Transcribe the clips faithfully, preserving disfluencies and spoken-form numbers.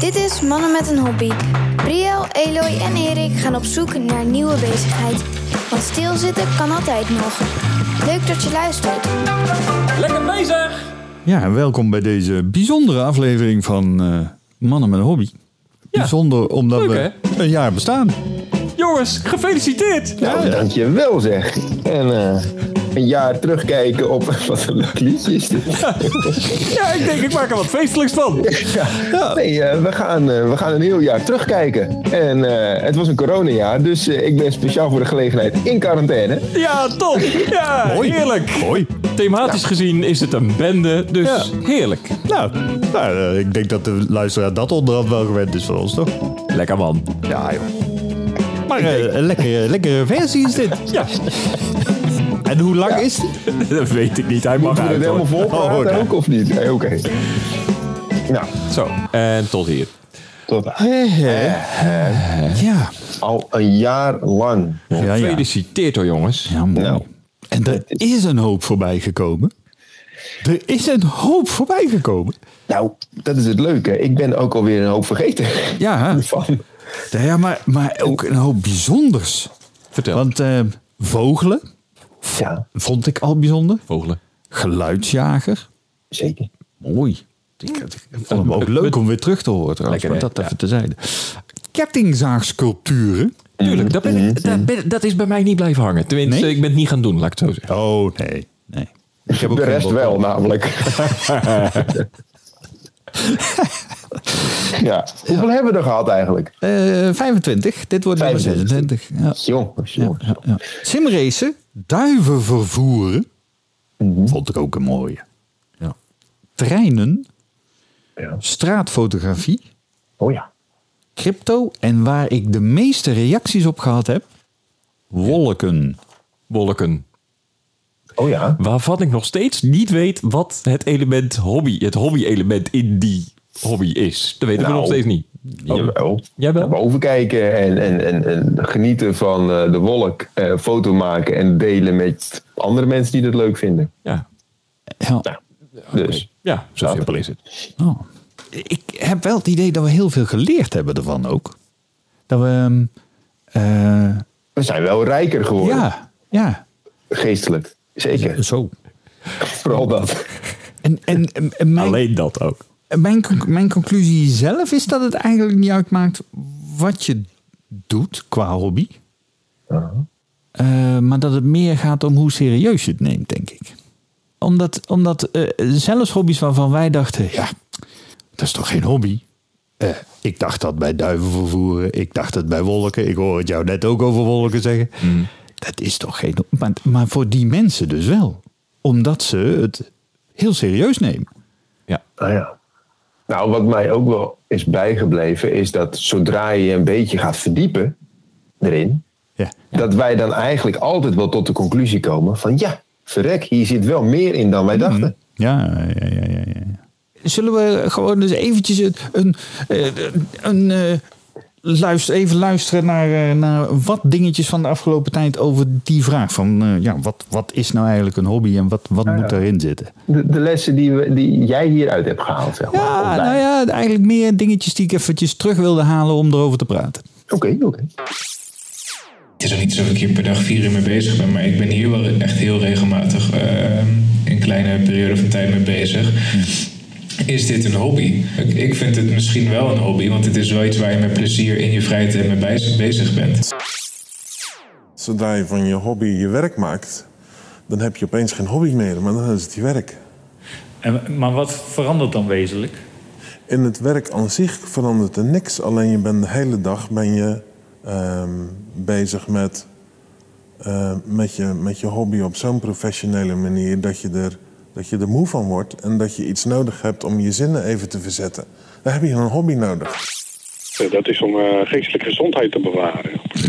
Dit is Mannen met een Hobby. Brielle, Eloy en Erik gaan op zoek naar een nieuwe bezigheid. Want stilzitten kan altijd nog. Leuk dat je luistert. Lekker bezig! Ja, en welkom bij deze bijzondere aflevering van uh, Mannen met een Hobby. Ja. Bijzonder omdat Leuk, we hè? een jaar bestaan. Jongens, gefeliciteerd! Nou, dankjewel zeg. En uh, een jaar terugkijken op... Wat een leuk liedje is dit. Ja, ja ik denk, ik maak er wat feestelijks van. Ja. Ja. Nee, uh, we, gaan, uh, we gaan een heel jaar terugkijken. En uh, het was een coronajaar, dus uh, ik ben speciaal voor de gelegenheid in quarantaine. Ja, top! Ja, Mooi. Heerlijk! Mooi. Thematisch Ja. gezien is het een bende, dus Ja. heerlijk. Nou, nou uh, ik denk dat de luisteraar dat onderhand wel gewend is van ons, toch? Lekker man. Ja, joh. Maar uh, een lekkere, lekkere versie is dit. Ja, En hoe lang Ja. is die? dat weet ik niet. Hij mag Moeten we uit, het helemaal hoor. vol praten Oh, nee. ook of niet? Nee, Oké. Okay. Nou, Zo, en tot hier. tot Ja. al een jaar lang. Ja, ja. Gefeliciteerd hoor, jongens. Ja, mooi. Nou. En er is een hoop voorbij gekomen. Er is een hoop voorbij gekomen. Nou, dat is het leuke. Ik ben ook alweer een hoop vergeten. Ja, Van. ja maar, maar ook een hoop bijzonders. Vertel. Want uh, vogelen Ja, vond ik al bijzonder. Vogelen. Geluidsjager. zeker. Mooi. Ik, ik vond hem ook leuk om weer terug te horen trouwens. Lekker, Maar hè? dat even tezijde. Kettingzaagsculpturen. Tuurlijk, dat, ben ik, dat, ben- dat is bij mij niet blijven hangen. Tenminste, Nee? ik ben het niet gaan doen, laat ik het zo zeggen. Oh, nee. nee. Ik heb ook De geen rest bock. wel, namelijk. Ja. Hoeveel hebben we er gehad eigenlijk? Uh, vijfentwintig. Dit wordt nummer vijfentwintig. zesentwintig. Ja. Jongens, jongens. Ja, ja. Simracen, duiven vervoeren. Vond ik ook een mooie. Ja. Treinen, Ja. straatfotografie, Oh ja. crypto en waar ik de meeste reacties op gehad heb, wolken. Wolken. Oh ja. Waarvan ik nog steeds niet weet wat het element hobby, het hobby-element in die hobby is. Dat weten we Nou, nog steeds niet. Jawel. Jij wel? Naar boven kijken en, en, en, en genieten van uh, de wolk. Uh, foto maken en delen met andere mensen die dat leuk vinden. Ja, Ja. Nou, dus. ja zo Dat- simpel is het. Oh. Ik heb wel het idee dat we heel veel geleerd hebben ervan ook. Dat we... eh, We zijn wel rijker geworden. ja, ja, Geestelijk. Zeker. zo. Vooral dat. En, en, en mijn, Alleen dat ook. mijn, conc- mijn conclusie zelf is dat het eigenlijk niet uitmaakt wat je doet qua hobby. Uh, maar dat het meer gaat om hoe serieus je het neemt, denk ik. Omdat, omdat uh, zelfs hobby's waarvan wij dachten, ja, dat is toch geen hobby? Uh, ik dacht dat bij duiven vervoeren. Ik dacht het bij wolken. Ik hoor het jou net ook over wolken zeggen. Mm. Dat is toch geen... Maar, maar voor die mensen dus wel. Omdat ze het heel serieus nemen. Ja. Nou ja. Nou, wat mij ook wel is bijgebleven is dat zodra je je een beetje gaat verdiepen erin, Ja. dat wij dan eigenlijk altijd wel tot de conclusie komen van ja, verrek, hier zit wel meer in dan wij dachten. Ja, ja, ja, ja, ja. Zullen we gewoon eens eventjes een, een, een, een luister, even luisteren naar, naar wat dingetjes van de afgelopen tijd over die vraag van uh, ja, wat, wat is nou eigenlijk een hobby en wat, wat Ja, moet ja. daarin zitten? De, de lessen die, we, die jij hieruit hebt gehaald, zeg maar. Ja, Of wij. nou ja, eigenlijk meer dingetjes die ik eventjes terug wilde halen om erover te praten. Oké, oké. Okay. Het is ook niet alsof ik hier per dag vier uur mee bezig ben, maar ik ben hier wel echt heel regelmatig uh, in kleine periode van tijd mee bezig. Is dit een hobby? Ik, ik vind het misschien wel een hobby, want het is wel iets waar je met plezier in je vrije tijd mee bezig, bezig bent. Zodra je van je hobby je werk maakt, dan heb je opeens geen hobby meer, maar dan is het je werk. En, maar wat verandert dan wezenlijk? In het werk aan zich verandert er niks, alleen je bent de hele dag ben je uh, bezig met, uh, met, je, met je hobby op zo'n professionele manier dat je, er, dat je er moe van wordt en dat je iets nodig hebt om je zinnen even te verzetten. Dan heb je een hobby nodig. Dat is om uh, geestelijke gezondheid te bewaren.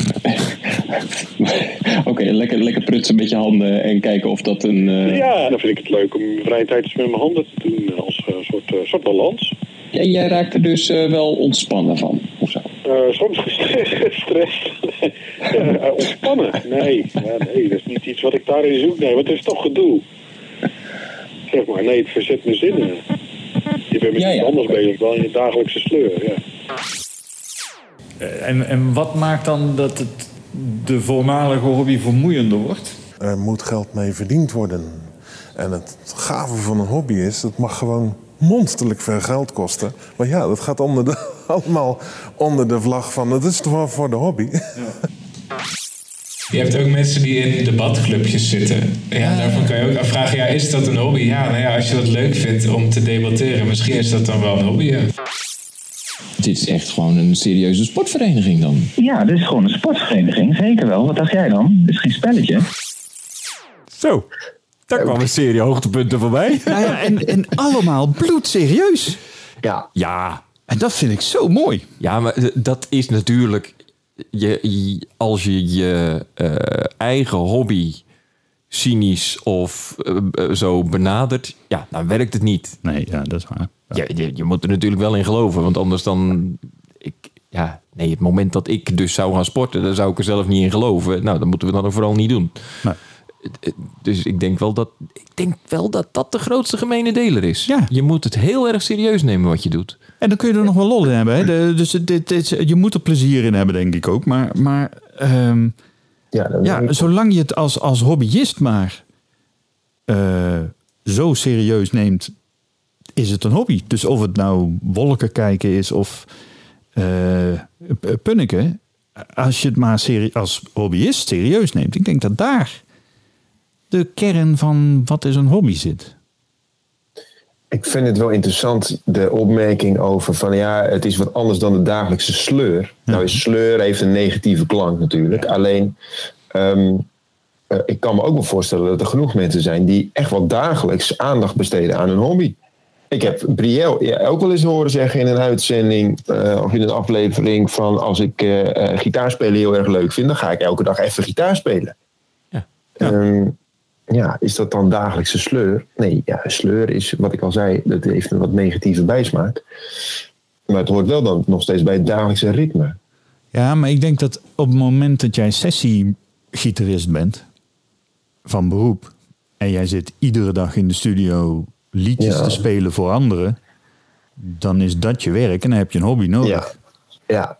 Oké, okay, lekker, lekker prutsen met je handen en kijken of dat een... Uh... Ja, dan vind ik het leuk om mijn vrije tijd met mijn handen te doen als uh, soort, uh, soort balans. Ja, jij raakt er dus uh, wel ontspannen van, of zo? Uh, soms gestrest. uh, ontspannen? Nee. Ja, nee, dat is niet iets wat ik daarin zoek. Nee, want het is toch gedoe. Zeg maar, nee, het verzet mijn zinnen. Je bent met Ja, iets ja. anders bezig dan in je dagelijkse sleur. Ja. En, en wat maakt dan dat het de voormalige hobby vermoeiender wordt? Er moet geld mee verdiend worden. En het gave van een hobby is, het mag gewoon monsterlijk veel geld kosten. Maar ja, dat gaat onder de, allemaal onder de vlag van, het is toch wel voor de hobby. Ja. Je hebt ook mensen die in debatclubjes zitten. Ja, daarvan kan je ook afvragen, ja, is dat een hobby? Ja, nou ja, als je dat leuk vindt om te debatteren, misschien is dat dan wel een hobby. Ja. Dit is echt gewoon een serieuze sportvereniging dan. Ja, dit is gewoon een sportvereniging. Zeker wel. Wat dacht jij dan? Dit is geen spelletje. Zo, daar kwam een serie hoogtepunten voorbij. Nou ja, en, en allemaal bloedserieus. Ja. Ja. En dat vind ik zo mooi. Ja, maar dat is natuurlijk... Je, je, als je je uh, eigen hobby cynisch of uh, zo benadert... Ja, dan werkt het niet. Nee, ja, dat is waar. Ja. Ja, je, je moet er natuurlijk wel in geloven. Want anders dan... Ik, ja, nee, het moment dat ik dus zou gaan sporten... dan zou ik er zelf niet in geloven. Nou, dat moeten we dan ook vooral niet doen. Nee. Dus ik denk wel dat ik denk wel dat dat de grootste gemene deler is. Ja. Je moet het heel erg serieus nemen wat je doet. En dan kun je er nog wel lol in hebben. Hè? De, dus dit, dit, je moet er plezier in hebben, denk ik ook. Maar, maar um, Ja, dat ja, ik... zolang je het als, als hobbyist maar uh, zo serieus neemt, is het een hobby. Dus of het nou wolken kijken is of uh, punniken, als je het maar serie, als hobbyist serieus neemt, ik denk dat daar de kern van wat is een hobby zit. Ik vind het wel interessant, de opmerking over van ja, het is wat anders dan de dagelijkse sleur. Ja. Nou, sleur heeft een negatieve klank natuurlijk. Ja. Alleen, um, uh, ik kan me ook wel voorstellen dat er genoeg mensen zijn die echt wel dagelijks aandacht besteden aan een hobby. Ik heb Brielle ja, ook wel eens horen zeggen in een uitzending uh, of in een aflevering van als ik uh, uh, gitaarspelen heel erg leuk vind, dan ga ik elke dag even gitaar spelen. Ja. Ja. Um, Ja, is dat dan dagelijkse sleur? Nee, ja, sleur is, wat ik al zei, dat heeft een wat negatieve bijsmaak. Maar het hoort wel dan nog steeds bij het dagelijkse ritme. Ja, maar ik denk dat op het moment dat jij sessiegitarist bent, van beroep, en jij zit iedere dag in de studio liedjes ja. te spelen voor anderen, dan is dat je werk en dan heb je een hobby nodig. Ja, ja.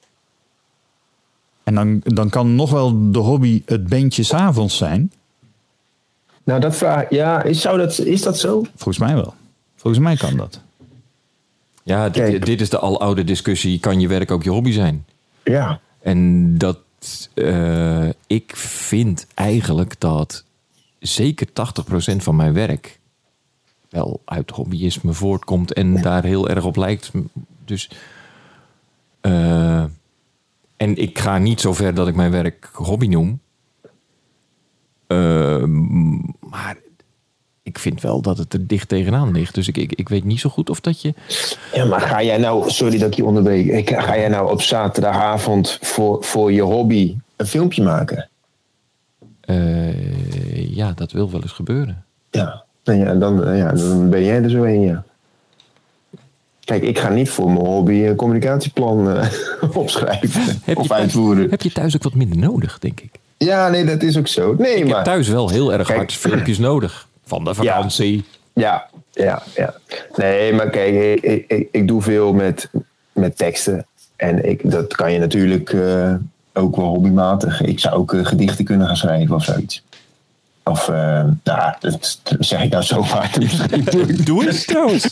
En dan, dan kan nog wel de hobby het bandje 's avonds zijn. Nou, dat vraag ja, is, zou dat, is dat zo? Volgens mij wel. Volgens mij kan dat. Ja, dit, dit is de aloude discussie. Kan je werk ook je hobby zijn? Ja. En dat... Uh, ik vind eigenlijk dat zeker tachtig procent van mijn werk wel uit hobbyisme voortkomt en daar heel erg op lijkt. Dus... Uh, en ik ga niet zo ver dat ik mijn werk hobby noem. Uh, maar ik vind wel dat het er dicht tegenaan ligt. Dus ik, ik, ik weet niet zo goed of dat je... Ja, maar ga jij nou... Sorry dat ik je onderbreek. Ga jij nou op zaterdagavond voor, voor je hobby een filmpje maken? Uh, ja, dat wil wel eens gebeuren. Ja, nou ja, dan, ja, dan ben jij er zo een, ja. Kijk, ik ga niet voor mijn hobby een communicatieplan uh, opschrijven heb of je, uitvoeren. Heb je thuis ook wat minder nodig, denk ik? Ja, nee, dat is ook zo. Nee, ik maar... heb thuis wel heel erg kijk, hard filmpjes nodig. Van de vakantie. Ja, ja, ja. Nee, maar kijk, ik, ik, ik doe veel met, met teksten. En ik, dat kan je natuurlijk uh, ook wel hobbymatig. Ik zou ook uh, gedichten kunnen gaan schrijven of zoiets. Of, uh, nou, dat zeg ik nou zo vaak. Doe eens trouwens.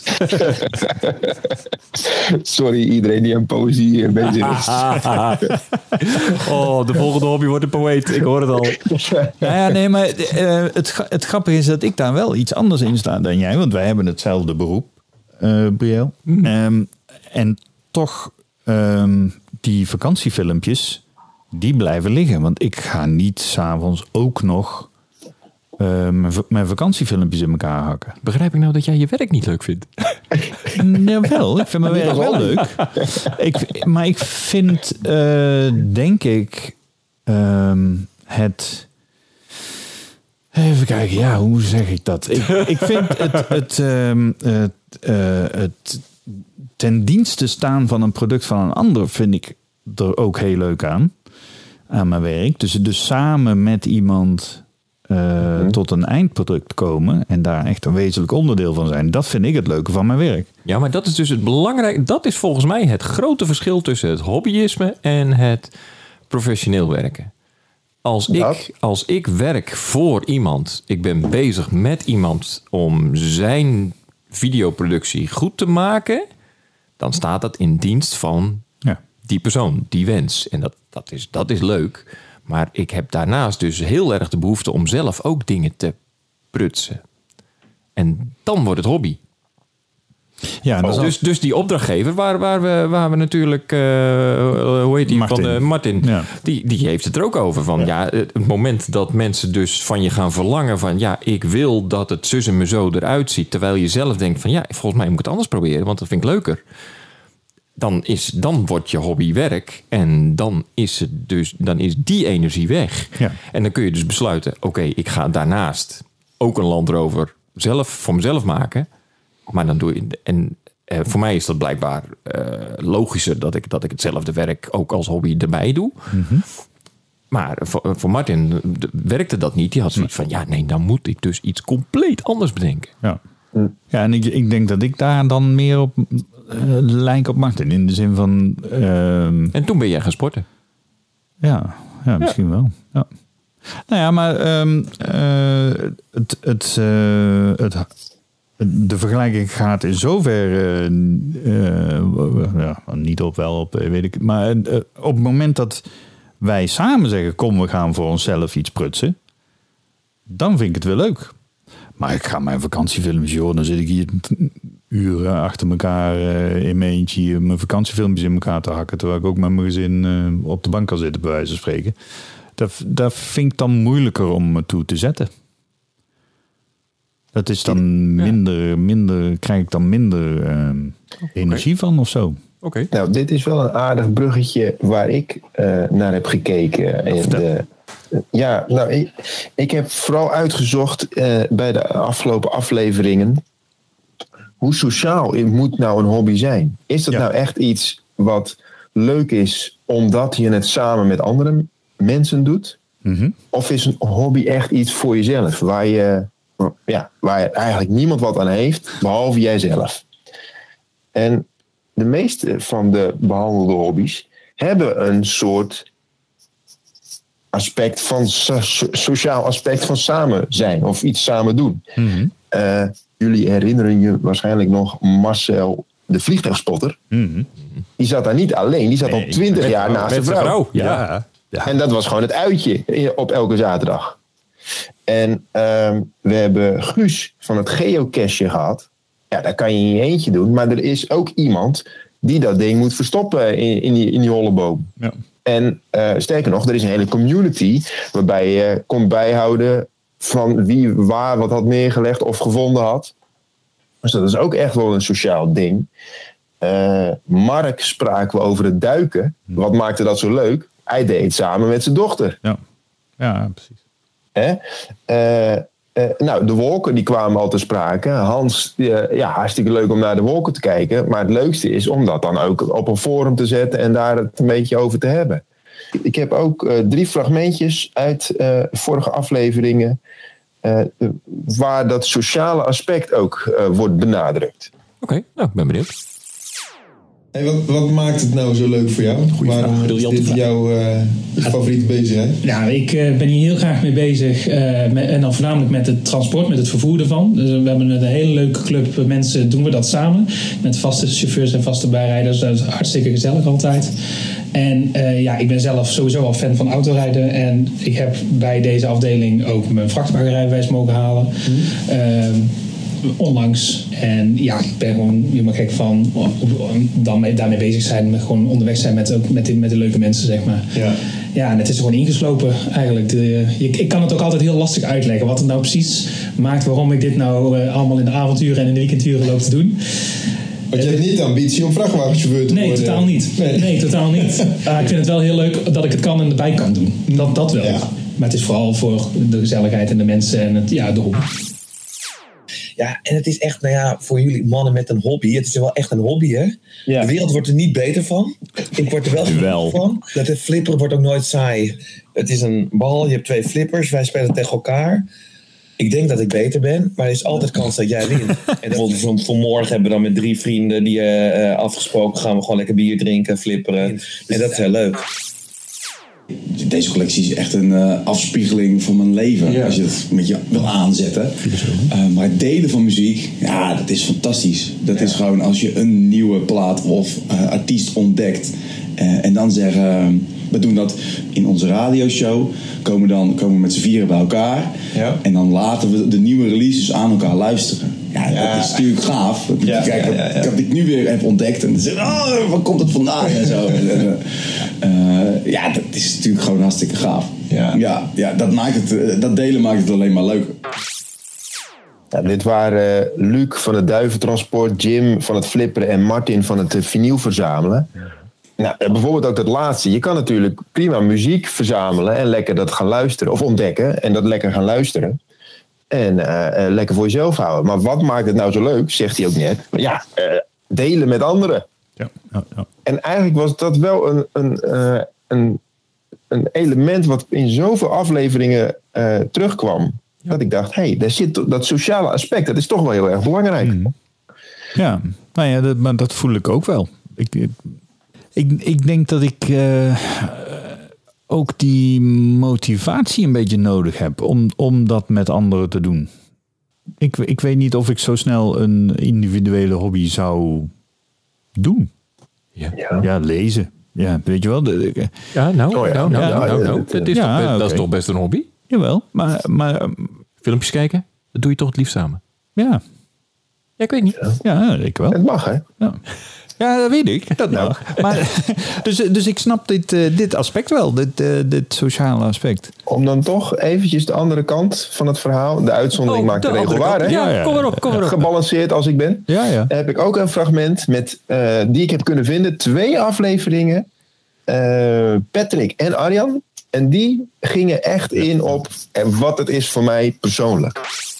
Sorry, iedereen die aan poëzie bezig is. Oh, de volgende hobby wordt een poëet. Ik hoor het al. Nou ja, nee, maar uh, het, het grappige is dat ik daar wel iets anders in sta dan jij. Want wij hebben hetzelfde beroep, uh, Brielle. Mm. Um, en toch, um, die vakantiefilmpjes, die blijven liggen. Want ik ga niet 's avonds ook nog... Uh, mijn, mijn vakantiefilmpjes in elkaar hakken. Begrijp ik nou dat jij je werk niet leuk vindt? Nee, wel. Ik vind mijn werk wel leuk. Ik, maar ik vind, uh, denk ik, uh, het... Even kijken, ja, hoe zeg ik dat? Ik, ik vind het, het, uh, het, uh, het ten dienste staan van een product van een ander... vind ik er ook heel leuk aan. Aan mijn werk. Dus, dus samen met iemand... uh, mm-hmm. tot een eindproduct komen en daar echt een wezenlijk onderdeel van zijn. Dat vind ik het leuke van mijn werk. Ja, maar dat is dus het belangrijke. Dat is volgens mij het grote verschil tussen het hobbyisme en het professioneel werken. Als ik, als ik werk voor iemand, ik ben bezig met iemand om zijn videoproductie goed te maken, dan staat dat in dienst van ja. die persoon, die wens. En dat, dat, is, dat is leuk. Maar ik heb daarnaast dus heel erg de behoefte om zelf ook dingen te prutsen. En dan wordt het hobby. Ja, oh, dus, dus die opdrachtgever waar, waar, we, waar we natuurlijk, uh, hoe heet die, Martin, van, uh, Martin ja. die, die heeft het er ook over. Van, ja. ja, het moment dat mensen dus van je gaan verlangen van, ja, ik wil dat het zus en me zo eruit ziet. Terwijl je zelf denkt van, ja, volgens mij moet ik het anders proberen, want dat vind ik leuker. Dan, is, dan wordt je hobby werk en dan is, het dus, dan is die energie weg. Ja. En dan kun je dus besluiten, oké, okay, ik ga daarnaast ook een Land Rover zelf voor mezelf maken. Maar dan doe je. En uh, voor mij is dat blijkbaar uh, logischer dat ik, dat ik hetzelfde werk ook als hobby erbij doe. Mm-hmm. Maar voor, voor Martin werkte dat niet. Die had zoiets van, ja, nee, dan moet ik dus iets compleet anders bedenken. Ja, ja en ik, ik denk dat ik daar dan meer op uh, lijk op Martin. In de zin van... Uh, en toen ben jij gaan sporten. Ja, ja misschien ja. wel. Ja. Nou ja, maar um, uh, het... het, uh, het De vergelijking gaat in zoverre uh, uh, ja, niet op wel op, weet ik. Maar uh, op het moment dat wij samen zeggen, kom, we gaan voor onszelf iets prutsen, dan vind ik het wel leuk. Maar ik ga mijn vakantiefilmpjes, joh, dan zit ik hier uren achter elkaar uh, in mijn eentje mijn vakantiefilmpjes in elkaar te hakken, terwijl ik ook met mijn gezin uh, op de bank kan zitten, bij wijze van spreken. Dat, dat vind ik dan moeilijker om me toe te zetten. Dat is dan minder, ja. minder krijg ik dan minder uh, okay. energie van of zo. Okay. Nou, dit is wel een aardig bruggetje waar ik uh, naar heb gekeken. En de, uh, ja, nou, ik, ik heb vooral uitgezocht uh, bij de afgelopen afleveringen, hoe sociaal moet nou een hobby zijn? Is dat ja. nou echt iets wat leuk is omdat je het samen met andere mensen doet? Mm-hmm. Of is een hobby echt iets voor jezelf, waar je... Ja, waar eigenlijk niemand wat aan heeft, behalve jijzelf. En de meeste van de behandelde hobby's hebben een soort aspect van so- sociaal aspect van samen zijn of iets samen doen. Mm-hmm. Uh, jullie herinneren je waarschijnlijk nog Marcel, de vliegtuigspotter. Mm-hmm. Die zat daar niet alleen, die zat nee, al twintig jaar naast zijn vrouw. vrouw. Ja. Ja. En dat was gewoon het uitje op elke zaterdag. En um, we hebben Guus van het geocachen gehad. Ja, dat kan je in je eentje doen. Maar er is ook iemand die dat ding moet verstoppen in, in, die, in die holle boom. Ja. En uh, sterker nog, er is een hele community waarbij je kon bijhouden van wie waar wat had neergelegd of gevonden had. Dus dat is ook echt wel een sociaal ding. Uh, Mark spraken we over het duiken. Wat maakte dat zo leuk? Hij deed het samen met zijn dochter. Ja, ja precies. Hè? Uh, uh, nou, de wolken die kwamen al te sprake. Hans, uh, ja, hartstikke leuk om naar de wolken te kijken. Maar het leukste is om dat dan ook op een forum te zetten en daar het een beetje over te hebben. Ik heb ook uh, drie fragmentjes uit uh, vorige afleveringen uh, waar dat sociale aspect ook uh, wordt benadrukt. Oké, okay, nou, ik ben benieuwd. Hey, wat, wat maakt het nou zo leuk voor jou? Goeie Waarom vraag. is dit jouw uh, favoriete bezigheid? Ja, ik uh, ben hier heel graag mee bezig. Uh, met, en dan voornamelijk met het transport, met het vervoer ervan. Dus we hebben met een hele leuke club mensen doen we dat samen. Met vaste chauffeurs en vaste bijrijders. Dat is hartstikke gezellig altijd. En uh, ja, ik ben zelf sowieso al fan van autorijden. En ik heb bij deze afdeling ook mijn vrachtwagenrijbewijs mogen halen. Hmm. Uh, onlangs. En ja, ik ben gewoon helemaal gek van dan mee, daarmee bezig zijn. Met gewoon onderweg zijn met, ook met, de, met de leuke mensen, zeg maar. Ja, ja en het is er gewoon ingeslopen eigenlijk. De, je, ik kan het ook altijd heel lastig uitleggen. Wat het nou precies maakt waarom ik dit nou uh, allemaal in de avonturen en in de weekenduren loop te doen. Want je hebt niet de ambitie om vrachtwagenchauffeur te nee, worden? Totaal niet. Nee, nee totaal niet. Uh, ik vind het wel heel leuk dat ik het kan en erbij kan doen. Dat, dat wel. Ja. Maar het is vooral voor de gezelligheid en de mensen en het, ja, de hobby. Ja, en het is echt, nou ja, voor jullie mannen met een hobby. Het is wel echt een hobby, hè? Ja. De wereld wordt er niet beter van. Ik word er wel Wel. van. Dat het flipperen wordt ook nooit saai. Het is een bal, je hebt twee flippers, wij spelen tegen elkaar. Ik denk dat ik beter ben, maar er is altijd kans dat jij wint. En dan, van, vanmorgen hebben we dan met drie vrienden die uh, afgesproken, gaan we gewoon lekker bier drinken, flipperen. En dat is heel leuk. Deze collectie is echt een uh, afspiegeling van mijn leven. Ja. Als je het met je wil aanzetten. Uh, maar het delen van muziek, ja, dat is fantastisch. Dat ja. is gewoon als je een nieuwe plaat of uh, artiest ontdekt. Uh, en dan zeggen, we doen dat in onze radioshow. Komen dan komen we met z'n vieren bij elkaar. Ja. En dan laten we de nieuwe releases aan elkaar luisteren. Ja, ja. Dat is natuurlijk gaaf. Dat ja, kijk, ja, ja, ja. Wat ik nu weer heb ontdekt. En dan zeg ik, oh, waar komt het vandaan? En zo. en, uh, ja, dat is natuurlijk gewoon hartstikke gaaf. Ja, ja, ja dat, maakt het, dat delen maakt het alleen maar leuker. Ja, dit waren uh, Luc van het duiventransport, Jim van het flipperen en Martin van het uh, vinyl verzamelen. Ja. Nou, bijvoorbeeld ook dat laatste. Je kan natuurlijk prima muziek verzamelen en lekker dat gaan luisteren. Of ontdekken en dat lekker gaan luisteren. En uh, uh, lekker voor jezelf houden. Maar wat maakt het nou zo leuk, zegt hij ook net. Ja, uh, delen met anderen. Ja, ja, ja. En eigenlijk was dat wel een, een, uh, een, een element wat in zoveel afleveringen uh, terugkwam. Ja. Dat ik dacht, hé, hey, daar zit dat sociale aspect. Dat is toch wel heel erg belangrijk. Mm. Ja, nou ja, dat, maar dat voel ik ook wel. Ik, ik, ik denk dat ik uh, ook die motivatie een beetje nodig heb om, om dat met anderen te doen. Ik, ik weet niet of ik zo snel een individuele hobby zou doen. Ja, ja. ja lezen. Ja, weet je wel. De, de, ja, nou, oh, ja. nou, nou, ja, nou, nou, nou. Het, Dat, is ja, toch, dat okay. is toch best een hobby? Jawel, maar... maar filmpjes kijken, dat doe je toch het liefst samen? Ja. Ja, ik weet niet. Ja, ik wel. Het mag, hè? Ja. Ja, dat weet ik. Dat nou. mag. Maar, dus, dus ik snap dit, uh, dit aspect wel, dit, uh, dit sociale aspect. Om dan toch eventjes de andere kant van het verhaal, de uitzondering oh, maakt de, de regel waar, hè? Ja, ja, kom erop, kom erop. Gebalanceerd als ik ben. Ja, ja. Heb ik ook een fragment met, uh, die ik heb kunnen vinden. Twee afleveringen. Uh, Patrick en Arjan. En die gingen echt in op en wat het is voor mij persoonlijk.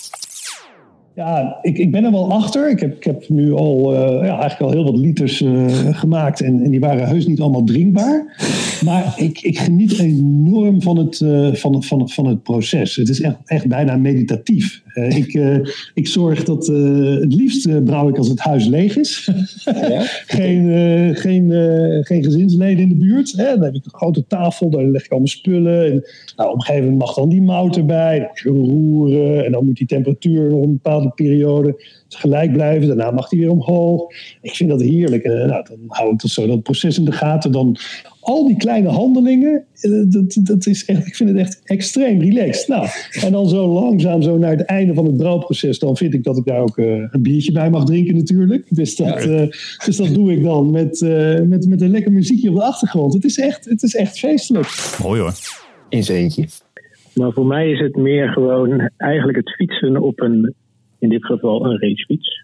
Ja, ik, ik ben er wel achter. Ik heb, ik heb nu al uh, ja, eigenlijk al heel wat liters uh, gemaakt. En, en die waren heus niet allemaal drinkbaar. Maar ik, ik geniet enorm van het, uh, van, van, van het proces. Het is echt, echt bijna meditatief. Uh, ik, uh, ik zorg dat uh, het liefst uh, brouw ik als het huis leeg is. Ja? geen, uh, geen, uh, geen gezinsleden in de buurt. Hè? Dan heb ik een grote tafel, daar leg ik al mijn spullen. En, nou, op een gegeven moment mag dan die mout erbij. Dan moet je roeren en dan moet die temperatuur nog een bepaalde periode gelijk blijven. Daarna mag die weer omhoog. Ik vind dat heerlijk. En, nou, dan hou ik dat zo, dat proces in de gaten. Dan al die kleine handelingen, dat, dat is echt, ik vind het echt extreem relaxed. Nou, en dan zo langzaam zo naar het einde van het brouwproces, dan vind ik dat ik daar ook uh, een biertje bij mag drinken natuurlijk. Dus dat, uh, dus dat doe ik dan met, uh, met, met een lekker muziekje op de achtergrond. Het is echt, het is echt feestelijk. Mooi hoor. In z'n eentje. Maar voor mij is het meer gewoon eigenlijk het fietsen op een, in dit geval een racefiets.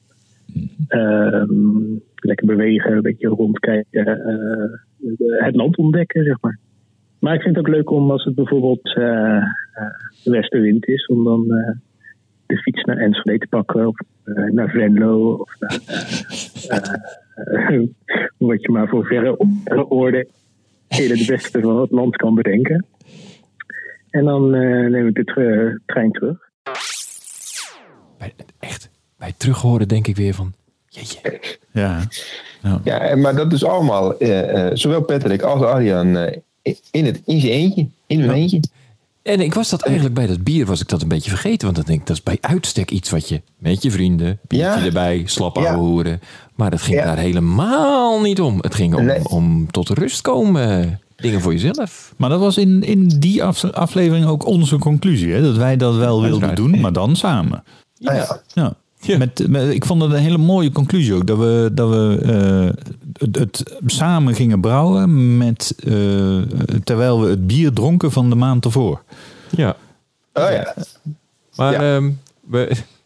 Um, lekker bewegen, een beetje rondkijken, uh, het land ontdekken, zeg maar. Maar ik vind het ook leuk om als het bijvoorbeeld uh, uh, westenwind is, om dan uh, de fiets naar Enschede te pakken, of uh, naar Venlo, of naar uh, uh, wat je maar voor verre orde hele de beste van het land kan bedenken. En dan uh, neem ik de tre- trein terug. Bij, echt, bij het terughoren denk ik weer van, jeetje. Ja, ja. ja maar dat is allemaal, uh, uh, zowel Patrick als Arjan, uh, in, het, in zijn eentje, in hun ja. eentje. En ik was dat eigenlijk bij dat bier, was ik dat een beetje vergeten. Want dan denk ik, dat is bij uitstek iets wat je met je vrienden, biertje ja. erbij, slap ouwe ja. hoeren. Maar het ging ja. daar helemaal niet om. Het ging om, nee. om tot rust komen. Dingen voor jezelf. Maar dat was in, in die af, aflevering ook onze conclusie. Hè? Dat wij dat wel wilden Uiteraard. doen, maar dan samen. Ja. ja. ja. ja. Met, met, ik vond het een hele mooie conclusie ook. Dat we, dat we uh, het, het samen gingen brouwen. Met, uh, terwijl we het bier dronken van de maand ervoor. Ja. Oh ja. Maar ja. Um, we...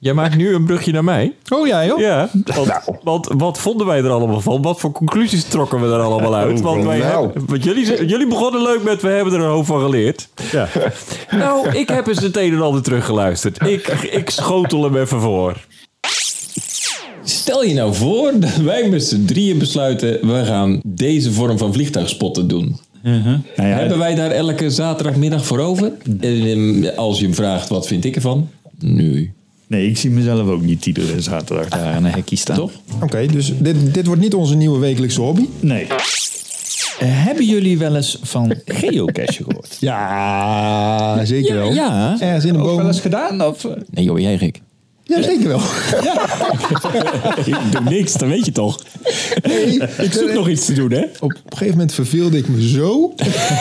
Jij maakt nu een brugje naar mij. Oh ja, joh. Ja, want, nou. want wat vonden wij er allemaal van? Wat voor conclusies trokken we er allemaal uit? Want, wij nou. hebben, want jullie, jullie begonnen leuk met, we hebben er een hoop van geleerd. Ja. Nou, ik heb eens het een en ander teruggeluisterd. Ik, ik schotel hem even voor. Stel je nou voor dat wij met z'n drieën besluiten, we gaan deze vorm van vliegtuigspotten doen. Uh-huh. Nou ja, hebben wij daar elke zaterdagmiddag voor over? En als je hem vraagt, wat vind ik ervan? Nee. Nee, ik zie mezelf ook niet iedere zaterdag daar aan een hekje staan. Toch? Oké, okay, dus dit, dit wordt niet onze nieuwe wekelijkse hobby? Nee. Uh, hebben jullie wel eens van geocachen gehoord? Ja, zeker wel. Ja, ja. Ergens in een boom. wel eens gedaan? Of? Nee joh, jij gek. Ja, zeker wel. Ja. Ik doe niks, dat weet je toch. Nee, ik zoek nog iets te doen, hè? Op een gegeven moment verveelde ik me zo.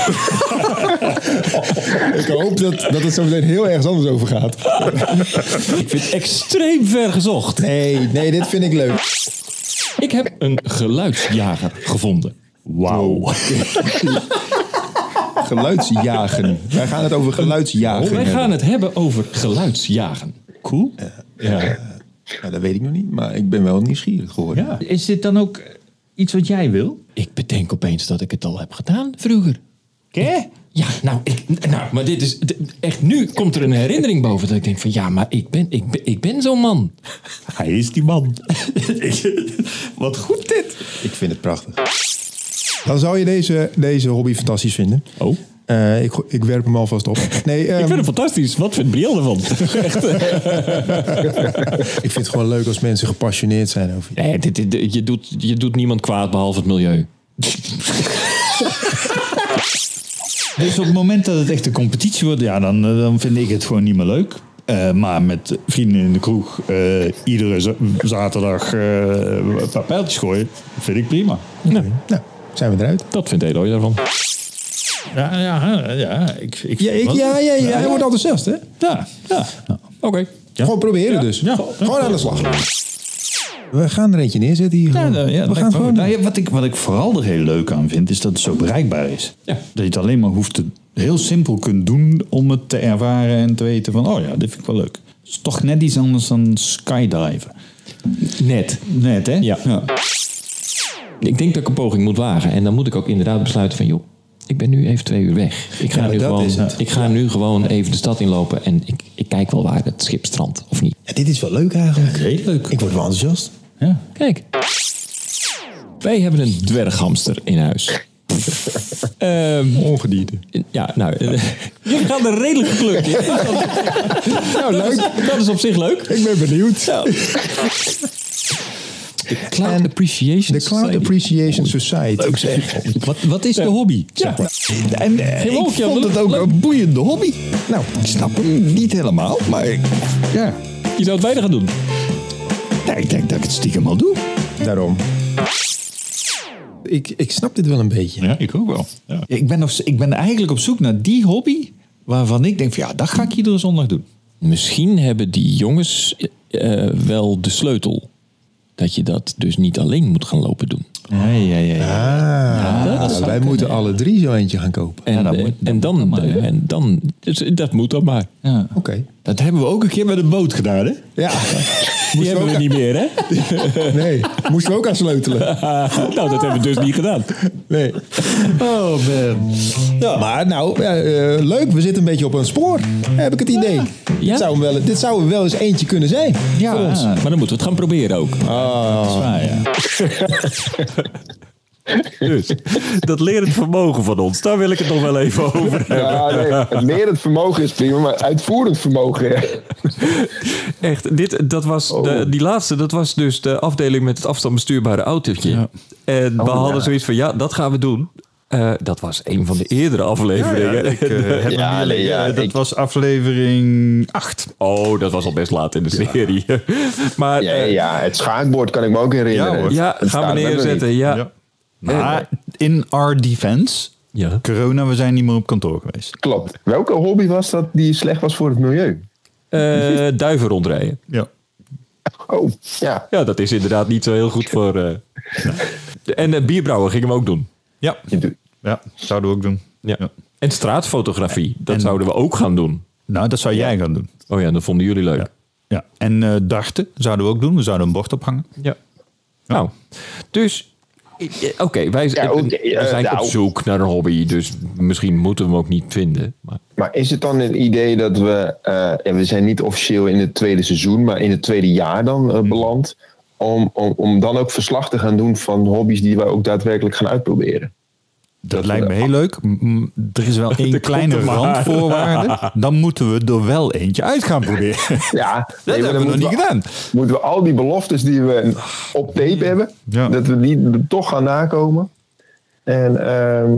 Ik hoop dat, dat het zo meteen heel ergens anders over gaat. Ik vind het extreem ver gezocht. Nee, nee, dit vind ik leuk. Ik heb een geluidsjager gevonden. Wauw. Geluidsjagen. Wij gaan het over geluidsjagen Wij hebben. gaan het hebben over geluidsjagen. Cool. Uh, ja. ja, dat weet ik nog niet, maar ik ben wel nieuwsgierig geworden. Ja. Is dit dan ook iets wat jij wil? Ik bedenk opeens dat ik het al heb gedaan vroeger. Ké? Ja, nou, ik, nou, maar dit is echt, nu komt er een herinnering boven dat ik denk van ja, maar ik ben, ik ben, ik ben zo'n man. Hij is die man. Wat goed dit. Ik vind het prachtig. Dan zou je deze, deze hobby fantastisch vinden. Oh. Uh, ik, ik werp hem alvast op. Nee, um, ik vind het fantastisch. Wat vindt Brielle ervan? Echt. Ik vind het gewoon leuk als mensen gepassioneerd zijn over je. Nee, dit, dit, je, doet, je doet niemand kwaad behalve het milieu. Dus op het moment dat het echt een competitie wordt, ja, dan, dan vind ik het gewoon niet meer leuk. Uh, maar met vrienden in de kroeg uh, iedere z- zaterdag uh, een paar pijltjes gooien, vind ik prima. Okay. Nou, zijn we eruit. Dat vindt Eloy daarvan. Ja, ja, ja. Ik, ik, ja, ik, ja, ja, ja, ja, hij wordt enthousiast, hè? Ja, ja. Oké. Okay. Ja. Gewoon proberen ja. dus. Ja. Gewoon aan de slag. We gaan er eentje neerzetten hier. Ja, nou, ja, we gaan gewoon. Nou, ja, wat, ik, wat ik vooral er heel leuk aan vind, is dat het zo bereikbaar is. Ja. Dat je het alleen maar hoeft te heel simpel kunt doen om het te ervaren en te weten van, oh ja, dit vind ik wel leuk. Het is toch net iets anders dan skydiven. Net. Net, hè? Ja. ja. Ik denk dat ik een poging moet wagen. En dan moet ik ook inderdaad besluiten van, joh, ik ben nu even twee uur weg. Ik ga, ja, nu, gewoon, ik ga nu gewoon even de stad inlopen en ik, ik kijk wel waar het schip strandt, of niet. Ja, dit is wel leuk eigenlijk. Ja, heel leuk. Ik word wel enthousiast. Ja. Kijk. Wij hebben een dwerghamster in huis. um, Ongedierte. Ja, nou, jullie gaan er redelijk gekleurd in. Nou, leuk. Dat is, dat is op zich leuk. Ik ben benieuwd. Ja. De Cloud Appreciation De Cloud Appreciation Society. Leuk zeg. Wat, wat is de hobby? Ja. En uh, ik vond ja, het ook leuk. Een boeiende hobby. Nou, ik snap hem niet helemaal, maar ik, ja. Je zou het beide gaan doen. Ja, ik denk dat ik het stiekem al doe. Daarom. Ik, ik snap dit wel een beetje. Ja, ik ook wel. Ja. Ik, ben nog, ik ben eigenlijk op zoek naar die hobby waarvan ik denk van ja, dat ga ik iedere zondag doen. Misschien hebben die jongens uh, wel de sleutel. Dat je dat dus niet alleen moet gaan lopen doen. Ja, ja, ja. ja. Ah, ja dat wij moeten kunnen, alle drie zo eentje gaan kopen. En, ja, dat moet, en dan, maar, de, en dan dus, dat moet dan maar. Ja. Oké. Okay. Dat hebben we ook een keer met een boot gedaan, hè? Ja. Die hebben we, we niet meer, hè? Nee, moesten we ook aan sleutelen. Nou, dat hebben we dus niet gedaan. Nee. Oh, man. Ja, maar nou, ja, uh, leuk. We zitten een beetje op een spoor. Heb ik het idee. Ja. Dit, zou wel, dit zou wel eens eentje kunnen zijn. Ja, voor ons. Maar dan moeten we het gaan proberen ook. Oh. Dat is waar, ja. Dus, dat lerend vermogen van ons, daar wil ik het nog wel even over hebben. Ja, nee, het lerend vermogen is prima, maar uitvoerend vermogen. Ja. Echt, dit, dat was oh. de, die laatste, dat was dus de afdeling met het afstandsbestuurbare autootje. Ja. En oh, we hadden ja. zoiets van, ja, dat gaan we doen. Uh, dat was een van de eerdere afleveringen. Ja, ja, ik, uh, heb ja, nee, ja, dat ik... was aflevering acht. Oh, dat was al best laat in de serie. Ja, maar, ja, uh, ja, het schaakbord kan ik me ook herinneren. Ja, ja gaan we neerzetten. Ja. Ja. Maar in our defense, ja. corona, we zijn niet meer op kantoor geweest. Klopt. Welke hobby was dat die slecht was voor het milieu? Uh, duiven rondrijden. Ja. Oh, ja. Ja, dat is inderdaad niet zo heel goed voor... Uh... En uh, bierbrouwen gingen we ook doen. Ja, ja, zouden we ook doen. Ja. Ja. En straatfotografie, dat en... zouden we ook gaan doen. Nou, dat zou jij gaan doen. Oh ja, dat vonden jullie leuk. Ja. Ja. En uh, darten zouden we ook doen. We zouden een bord ophangen. Ja. Nou, dus... Oké, okay, wij ja, okay, uh, zijn nou, op zoek naar een hobby. Dus misschien moeten we hem ook niet vinden. Maar, maar is het dan een idee dat we... Uh, ja, we zijn niet officieel in het tweede seizoen... maar in het tweede jaar dan uh, beland... Om, om, om dan ook verslag te gaan doen van hobby's... die wij ook daadwerkelijk gaan uitproberen. Dat, dat lijkt me heel leuk. Er is wel één kleine randvoorwaarde. Dan moeten we er wel eentje uit gaan proberen. Ja, dat nee, hebben we nog niet we, gedaan. Moeten we al die beloftes die we op tape hebben... Ja. dat we die toch gaan nakomen. En... Uh,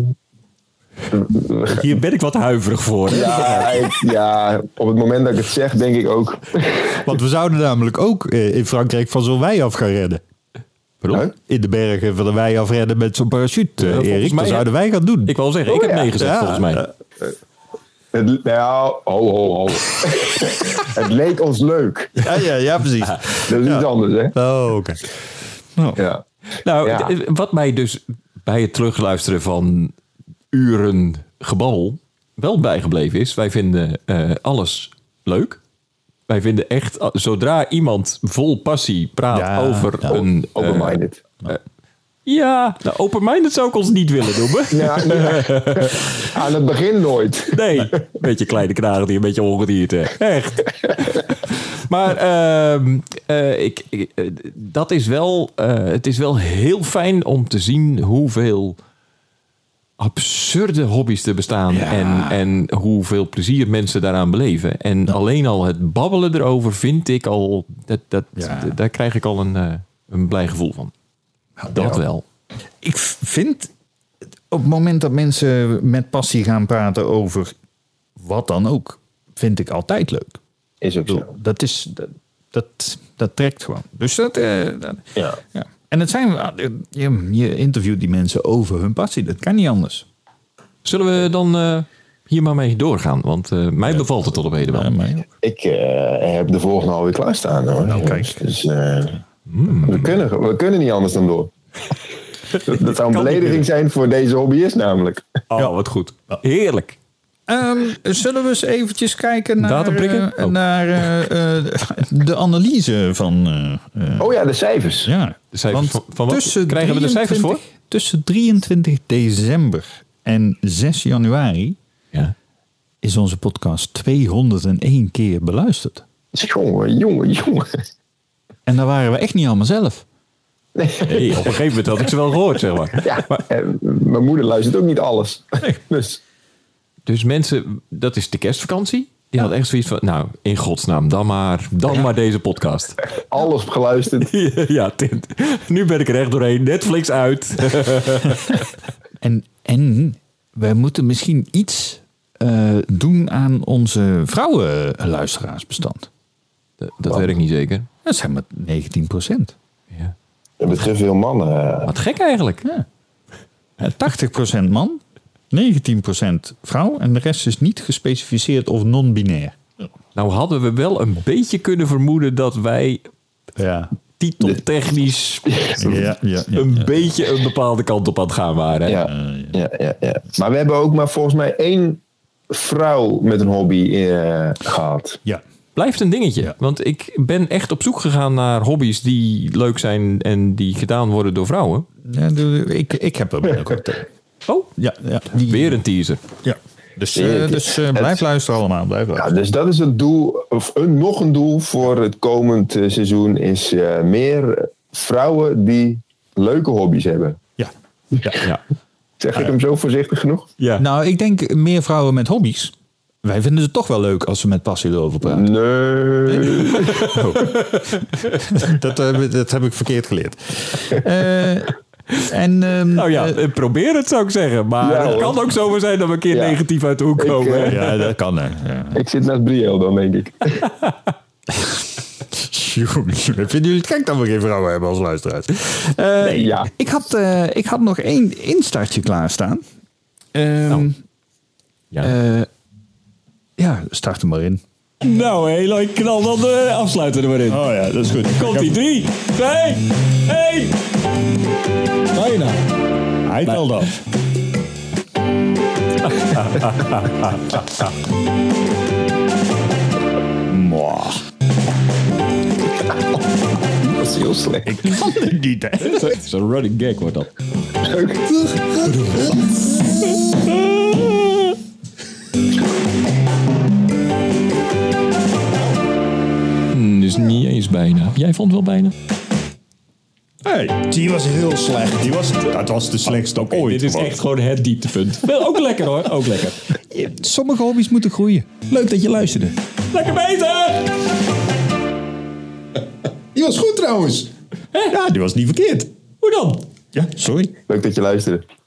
Hier ben ik wat huiverig voor. Ja, ik, ja, op het moment dat ik het zeg, denk ik ook. Want we zouden namelijk ook in Frankrijk van zo'n wei af gaan redden. Pardon? In de bergen van de wei afredden met zo'n parachute, ja, Erik. Dat zouden wij gaan doen. Ik wil zeggen, ik oh, heb ja. meegezet ja. volgens mij. Uh, het, nou, ho, ho, ho. Het leek ons leuk. Ja, ja, ja precies. Dat is ja. iets anders, hè? Oh, oké. Okay. Oh. Ja. Nou, ja. wat mij dus bij het terugluisteren van uren gebabbel wel bijgebleven is... wij vinden uh, alles leuk. Wij vinden echt, zodra iemand vol passie praat ja, over ja. een... Open-minded. Uh, uh, ja, nou, open-minded zou ik ons niet willen noemen. Ja, ja. Aan het begin nooit. Nee, een beetje kleine knagen die een beetje ongedierte. Echt. Maar uh, uh, ik, ik, uh, dat is wel... Uh, het is wel heel fijn om te zien hoeveel... absurde hobby's te bestaan ja. en, en hoeveel plezier mensen daaraan beleven. En ja. alleen al het babbelen erover vind ik al... Dat, dat, ja. d- daar krijg ik al een, uh, een blij gevoel van. Ja, dat ja. wel. Ik vind, op het moment dat mensen met passie gaan praten over wat dan ook, vind ik altijd leuk. Is ook zo. Dat, is, dat, dat, dat trekt gewoon. Dus dat... Uh, dat ja. ja. En het zijn, je, je interviewt die mensen over hun passie. Dat kan niet anders. Zullen we dan uh, hier maar mee doorgaan? Want uh, mij bevalt het tot op heden wel. Ja, ik uh, heb de volgende alweer klaarstaan. Hoor. Nou, kijk. Dus, uh, mm. we, kunnen, we kunnen niet anders dan door. dat, dat zou een belediging zijn voor deze hobbyist namelijk. Oh, ja. Wat goed. Heerlijk. Um, zullen we eens eventjes kijken naar, uh, oh. naar uh, uh, de analyse van... Uh, uh, oh ja, de cijfers. Ja, de cijfers want van wat? Krijgen we de cijfers voor? Tussen drieëntwintig december en zes januari ja. is onze podcast tweehonderdéén keer beluisterd. Jongen, jongen, jongen. En daar waren we echt niet allemaal zelf. Nee. Hey, op een gegeven moment had ik ze wel gehoord, zeg maar. Ja, maar uh, mijn moeder luistert ook niet alles. Nee. dus... Dus mensen, dat is de kerstvakantie. Die ja. had echt zoiets van, nou, in godsnaam, dan maar, dan ja. maar deze podcast. Alles geluisterd. Ja, Tint. Nu ben ik er echt doorheen. Netflix uit. en, en wij moeten misschien iets uh, doen aan onze vrouwenluisteraarsbestand. Dat, dat weet ik niet zeker. Dat zijn maar negentien procent. Ja. Dat betreft veel mannen. Wat gek eigenlijk. Ja. tachtig procent man. negentien procent vrouw en de rest is niet gespecificeerd of non-binair. Nou hadden we wel een beetje kunnen vermoeden dat wij ja. titeltechnisch ja, ja, ja, een ja. beetje een bepaalde kant op aan het gaan waren. Hè? Ja, ja, ja, ja. Maar we hebben ook maar volgens mij één vrouw met een hobby uh, gehad. Ja. Blijft een dingetje. Ja. Want ik ben echt op zoek gegaan naar hobby's die leuk zijn en die gedaan worden door vrouwen. Ja, ik, ik heb er binnenkort. Oh, ja, ja. Die... weer een teaser. Ja. Dus, uh, dus uh, blijf het, luisteren allemaal. Blijf luisteren. Ja, dus dat is het doel, of een, nog een doel voor het komend uh, seizoen is uh, meer vrouwen die leuke hobby's hebben. Ja. ja. ja. Zeg ik uh, hem zo voorzichtig genoeg? Ja. Nou, ik denk meer vrouwen met hobby's. Wij vinden het toch wel leuk als ze met passie erover praten. Nee. Oh. dat, uh, dat heb ik verkeerd geleerd. Uh, En, um, nou ja, uh, probeer het zou ik zeggen. Maar ja, het kan ook zomaar zijn dat we een keer ja. negatief uit de hoek komen. Ik, uh, ja, dat kan. Hè. Ja. Ik zit naast Briel dan, denk ik. Vinden jullie het gek dat we geen vrouwen hebben als luisteraars? Uh, nee, ja. ik, had, uh, ik had nog één instartje klaarstaan. Um, nou. Ja. Uh, ja, start hem maar in. Nou, Eloy, knal dan de afsluiter er maar in. Oh ja, dat is goed. Komt-ie. drie, twee, één. Bijna. Hij telt af. Mwah. is heel slecht. Ik kan het niet, hè. Zo'n running gag wordt dat. Hmm, dus niet eens bijna. Jij vond wel bijna? Hey, die was heel slecht. Die was, dat was de slechtste okay, ooit. Dit is gewoon. echt gewoon het dieptepunt. Wel, ook lekker hoor, ook lekker. Sommige hobby's moeten groeien. Leuk dat je luisterde. Lekker bezig! Die was goed trouwens. Ja, die was niet verkeerd. Hoe dan? Ja, sorry. Leuk dat je luisterde.